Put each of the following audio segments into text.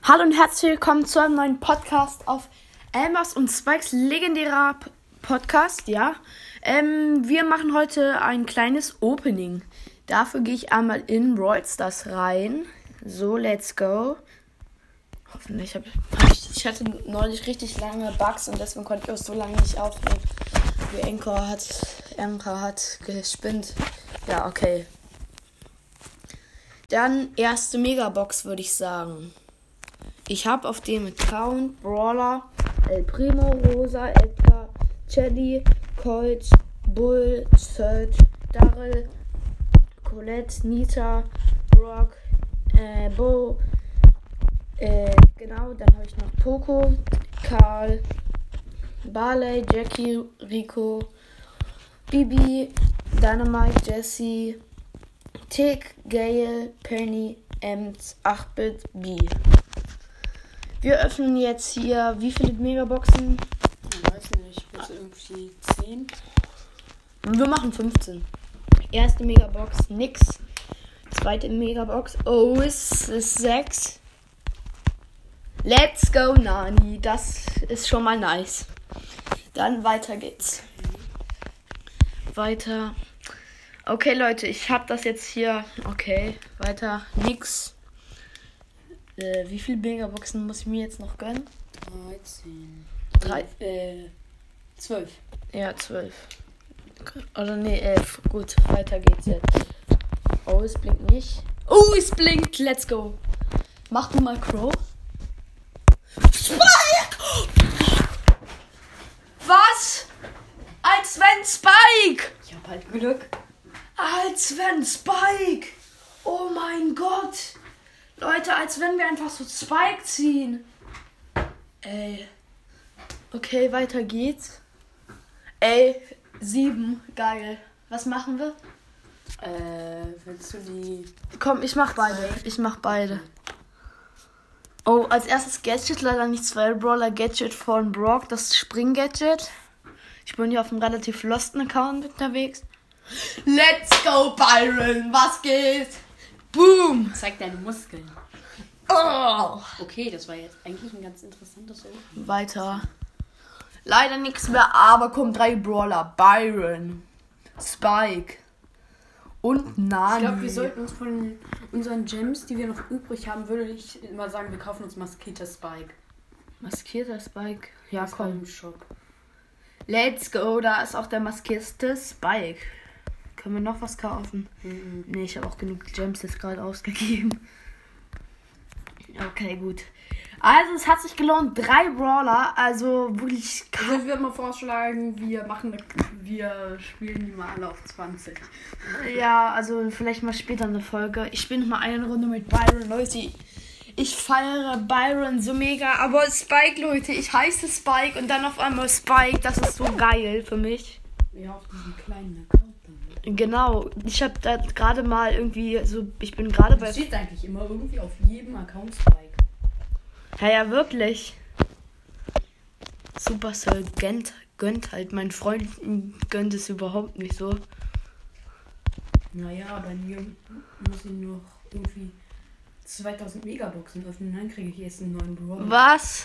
Hallo und herzlich willkommen zu einem neuen Podcast auf Elmers und Spikes legendärer Podcast, ja. Wir machen heute ein kleines Opening. Dafür gehe ich einmal in Brawl Stars rein. So, let's go. Hoffentlich ich hatte neulich richtig lange Bugs und deswegen konnte ich auch so lange nicht aufnehmen. Wie Anchor hat gespinnt. Ja, okay. Dann erste Megabox, würde ich sagen. Ich habe auf dem Account Brawler, El Primo, Rosa, Edgar, Shelly, Colt, Bull, Search, Darryl, Colette, Nita, Brock, Bo, genau, dann habe ich noch Poco, Karl, Barley, Jackie, Rico, Bibi, Dynamite, Jessie, Tick, Gale, Penny, Ems, 8-Bit, B. Wir öffnen jetzt hier, wie viele Megaboxen? Ich weiß nicht, bitte irgendwie 10. Wir machen 15. Erste Megabox, nix. Zweite Megabox, oh, es ist 6. Let's go, Nani. Das ist schon mal nice. Dann weiter geht's. Weiter. Okay, Leute, ich habe das jetzt hier. Okay, weiter. Nix. Wie viele Megaboxen muss ich mir jetzt noch gönnen? 12. Ja, 12. Oder nee, 11. Gut, weiter geht's jetzt. Oh, es blinkt nicht. Oh, es blinkt. Let's go. Mach du mal Crow. Spike! Was? Als wenn Spike! Ich hab halt Glück. Als wenn Spike! Oh mein Gott! Leute, als wenn wir einfach so Spike ziehen. Ey. Okay, weiter geht's. Ey, 7. Geil. Was machen wir? Willst du die... Komm, ich mach beide. Oh, als erstes Gadget, leider nicht 2 Brawler Gadget von Brock, das Spring-Gadget. Ich bin hier auf einem relativ losten Account unterwegs. Let's go, Byron! Was geht? Boom! Zeig deine Muskeln. Oh. Okay, das war jetzt eigentlich ein ganz interessantes Opening. Weiter. Leider nichts mehr, aber kommen 3 Brawler. Byron, Spike und Nani. Ich glaube, wir sollten uns von unseren Gems, die wir noch übrig haben, würde ich mal sagen, wir kaufen uns maskierter Spike. Maskierter Spike? Ja, Das war komm. im Shop. Let's go, da ist auch der maskierte Spike. Können wir noch was kaufen? Mhm. Nee, ich habe auch genug Gems jetzt gerade ausgegeben. Okay, gut. Also, es hat sich gelohnt. 3 Brawler, also wirklich... Also ich würde mal vorschlagen, wir spielen die mal alle auf 20. Ja, also vielleicht mal später eine Folge. Ich spiele noch mal eine Runde mit Byron, Leute. Ich feiere Byron so mega. Aber Spike, Leute, ich heiße Spike und dann auf einmal Spike. Das ist so geil für mich. Ja, auf diesem kleinen Account dann. Genau. Ich habe da gerade mal irgendwie so... Ich bin gerade bei... Das steht eigentlich immer irgendwie auf jedem Account Spike. Ja, wirklich. Supercell gönnt halt. Mein Freund gönnt es überhaupt nicht so. Naja, bei mir muss ich noch irgendwie 2000 Megaboxen öffnen, dann kriege ich erst einen neuen Brawler. Was?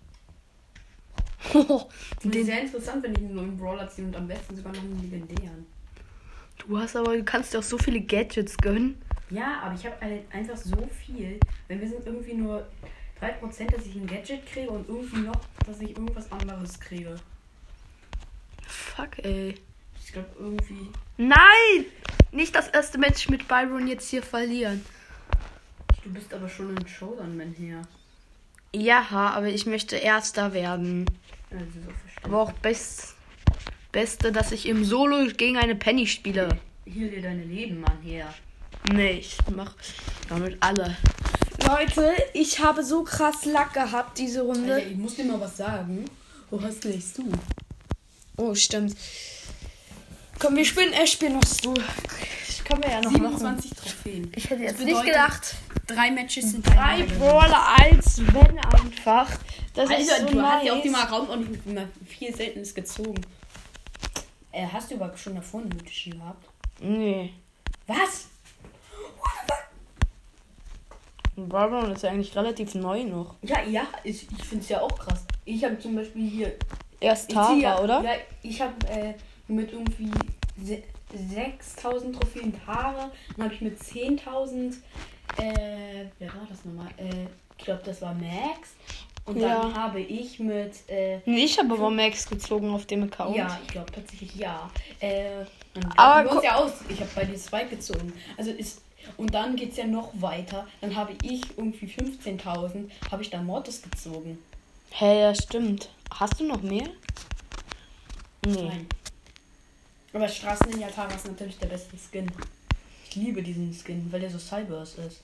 Und das ist sehr interessant, wenn ich einen neuen Brawler ziehe und am besten sogar noch einen legendären. Du kannst dir auch so viele Gadgets gönnen. Ja, aber ich habe halt einfach so viel. Weil wir sind irgendwie nur 3%, dass ich ein Gadget kriege und irgendwie noch, dass ich irgendwas anderes kriege. Fuck, ey. Ich glaube irgendwie... Nein! Nicht das erste Match mit Byron jetzt hier verlieren. Du bist aber schon ein Showdown-Man her. Ja, aber ich möchte Erster werden. Also so verstanden. Aber auch Beste, dass ich im Solo gegen eine Penny spiele. Hier dir deine Leben, Mann, her. Nee, ich mach damit alle. Leute, ich habe so krass Lack gehabt diese Runde. Alter, ich muss dir mal was sagen. Wo hast du? Oh, stimmt. Komm, wir spielen noch du. Ich kann mir ja noch 27 Trophäen. Ich hätte jetzt Das nicht bedeutet, gedacht. 3 Matches sind 3 Brawler als wenn einfach. Das ist Alter, so du hast ja auf nice. dem Account auch nicht mehr viel Seltenes gezogen. Hast du überhaupt schon davor eine mythische gehabt? Nee. Was? Byron ist ja eigentlich relativ neu noch. Ja, ich finde es ja auch krass. Ich habe zum Beispiel hier... Erst Tara, oder? Ja, ich habe mit irgendwie 6.000 Trophäen Tara, dann habe ich mit 10.000, wer war das nochmal? Ich glaube, das war Max. Und dann habe ich mit... ich habe aber Max gezogen auf dem Account. Ja, ich glaube tatsächlich ja. Aber ja aus. Ich habe bei dir Spike gezogen. Und dann geht es ja noch weiter. Dann habe ich irgendwie 15.000, habe ich dann Mortis gezogen. Hey, ja, stimmt. Hast du noch mehr? Nee. Nein. Aber Straßen-Ninja Tara ist natürlich der beste Skin. Ich liebe diesen Skin, weil der so Cybers ist.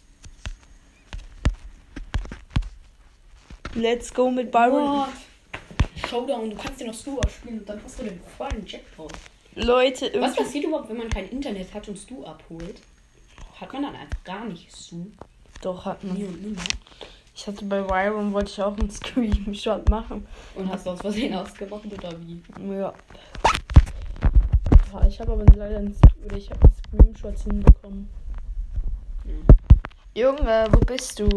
Let's go mit Byron. Showdown, du kannst den noch Stu spielen und dann hast du den vollen Jackpot. Leute, was passiert überhaupt, wenn man kein Internet hat und Stu abholt? Hat man dann einfach gar nicht Stu? Doch, hat man. Nie und nimmer. Ich hatte bei Byron, wollte ich auch einen Screenshot machen. Und hast du aus Versehen ausgemacht oder wie? Ja. Ich habe aber leider einen Screenshot hinbekommen. Junge, wo bist du?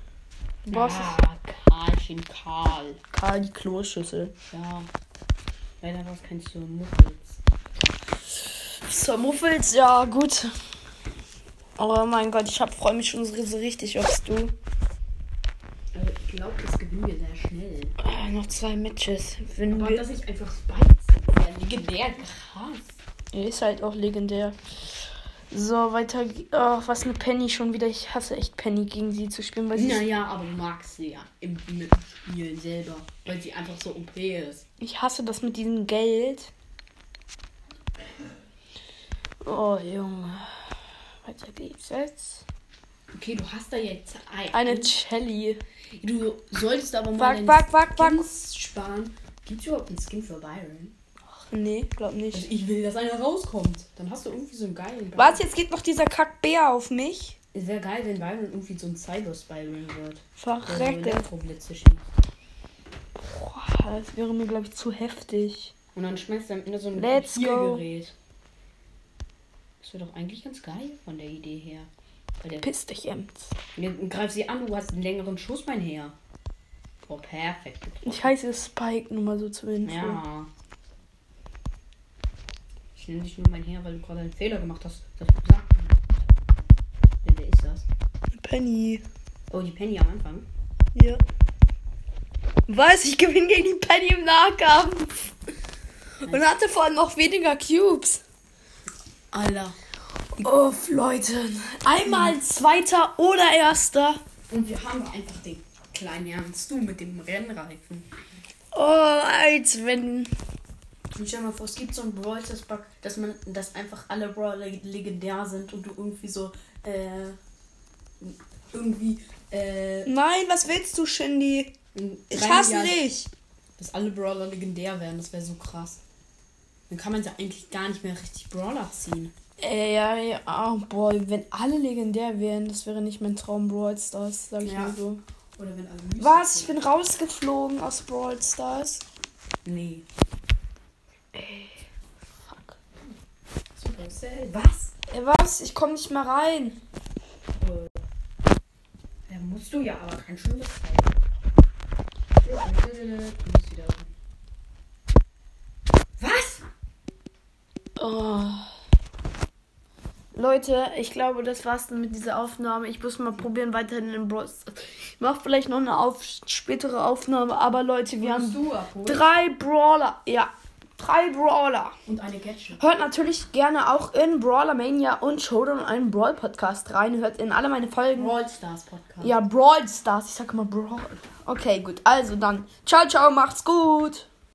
Karl, die Kloschüssel. Ja. Leider war es kein Sir Muffels. Sir Muffels, ja, gut. Oh mein Gott, ich freue mich schon so richtig aufs Du. Also ich glaube, das gewinnen wir sehr schnell. Noch 2 Matches. Aber dass ich einfach Spikes ja, legendär krass. Er ist halt auch legendär. So, weiter. Oh, was eine Penny schon wieder. Ich hasse echt Penny, gegen sie zu spielen. Weil naja, aber du magst sie ja im Spiel selber. Weil sie einfach so OP ist. Ich hasse das mit diesem Geld. Oh, Junge. Weiter geht's jetzt. Okay, du hast da jetzt eine Shelly. Du solltest aber mal Skins sparen. Gibt es überhaupt einen Skin für Byron? Ach, nee, glaub nicht. Also ich will, dass einer rauskommt. Dann hast du irgendwie so einen geilen Byron. Was? Jetzt geht noch dieser Kackbär auf mich? Es wäre geil, wenn Byron irgendwie so ein Cyber-Byron wird. Verrecke. Boah, das wäre mir, glaube ich, zu heftig. Und dann schmeißt er am Ende so ein Papiergerät. Das wäre doch eigentlich ganz geil von der Idee her. Piss dich, Ems. Greif sie an, du hast einen längeren Schussbein her. Oh, perfekt. Ich heiße Spike, nur mal so zur Info. Ja. Ich nenne dich nur mein Herr, weil du gerade einen Fehler gemacht hast. Das gesagt. Wer ist das? Penny. Oh, die Penny am Anfang? Ja. Was? Ich gewinne gegen die Penny im Nahkampf. Und hatte vor allem noch weniger Cubes. Alter. Oh, Leute. Einmal Zweiter oder Erster. Und wir haben einfach den kleinen Ernst, du mit dem Rennreifen. Oh, als wenn... Und stell dir mal vor, es gibt so einen Brawl Bug, dass einfach alle Brawler legendär sind und du irgendwie so, Nein, was willst du, Shindy? Ich hasse dich. Dass alle Brawler legendär werden, das wäre so krass. Dann kann man ja eigentlich gar nicht mehr richtig Brawler ziehen. Ja, oh boy, wenn alle legendär wären, das wäre nicht mein Traum Brawl Stars, sag ich mal so. Oder wenn alle was? Ich bin rausgeflogen aus Brawl Stars? Nee. Ey, fuck. Supercell? Was? Was? Ich komm nicht mal rein. Ja, musst du ja, aber kein schönes Teil. Du bist wieder. Was? Oh. Leute, ich glaube, das war's dann mit dieser Aufnahme. Ich muss mal probieren, weiterhin in Brawl Stars. Ich mache vielleicht noch eine spätere Aufnahme, aber Leute, wir haben 3 Brawler. Ja, 3 Brawler. Und eine Gadget. Hört natürlich gerne auch in Brawler Mania und Showdown einen Brawl Podcast rein. Hört in alle meine Folgen. Brawl Stars Podcast. Ja, Brawl Stars. Ich sag mal Brawl. Okay, gut. Also dann. Ciao, ciao. Macht's gut.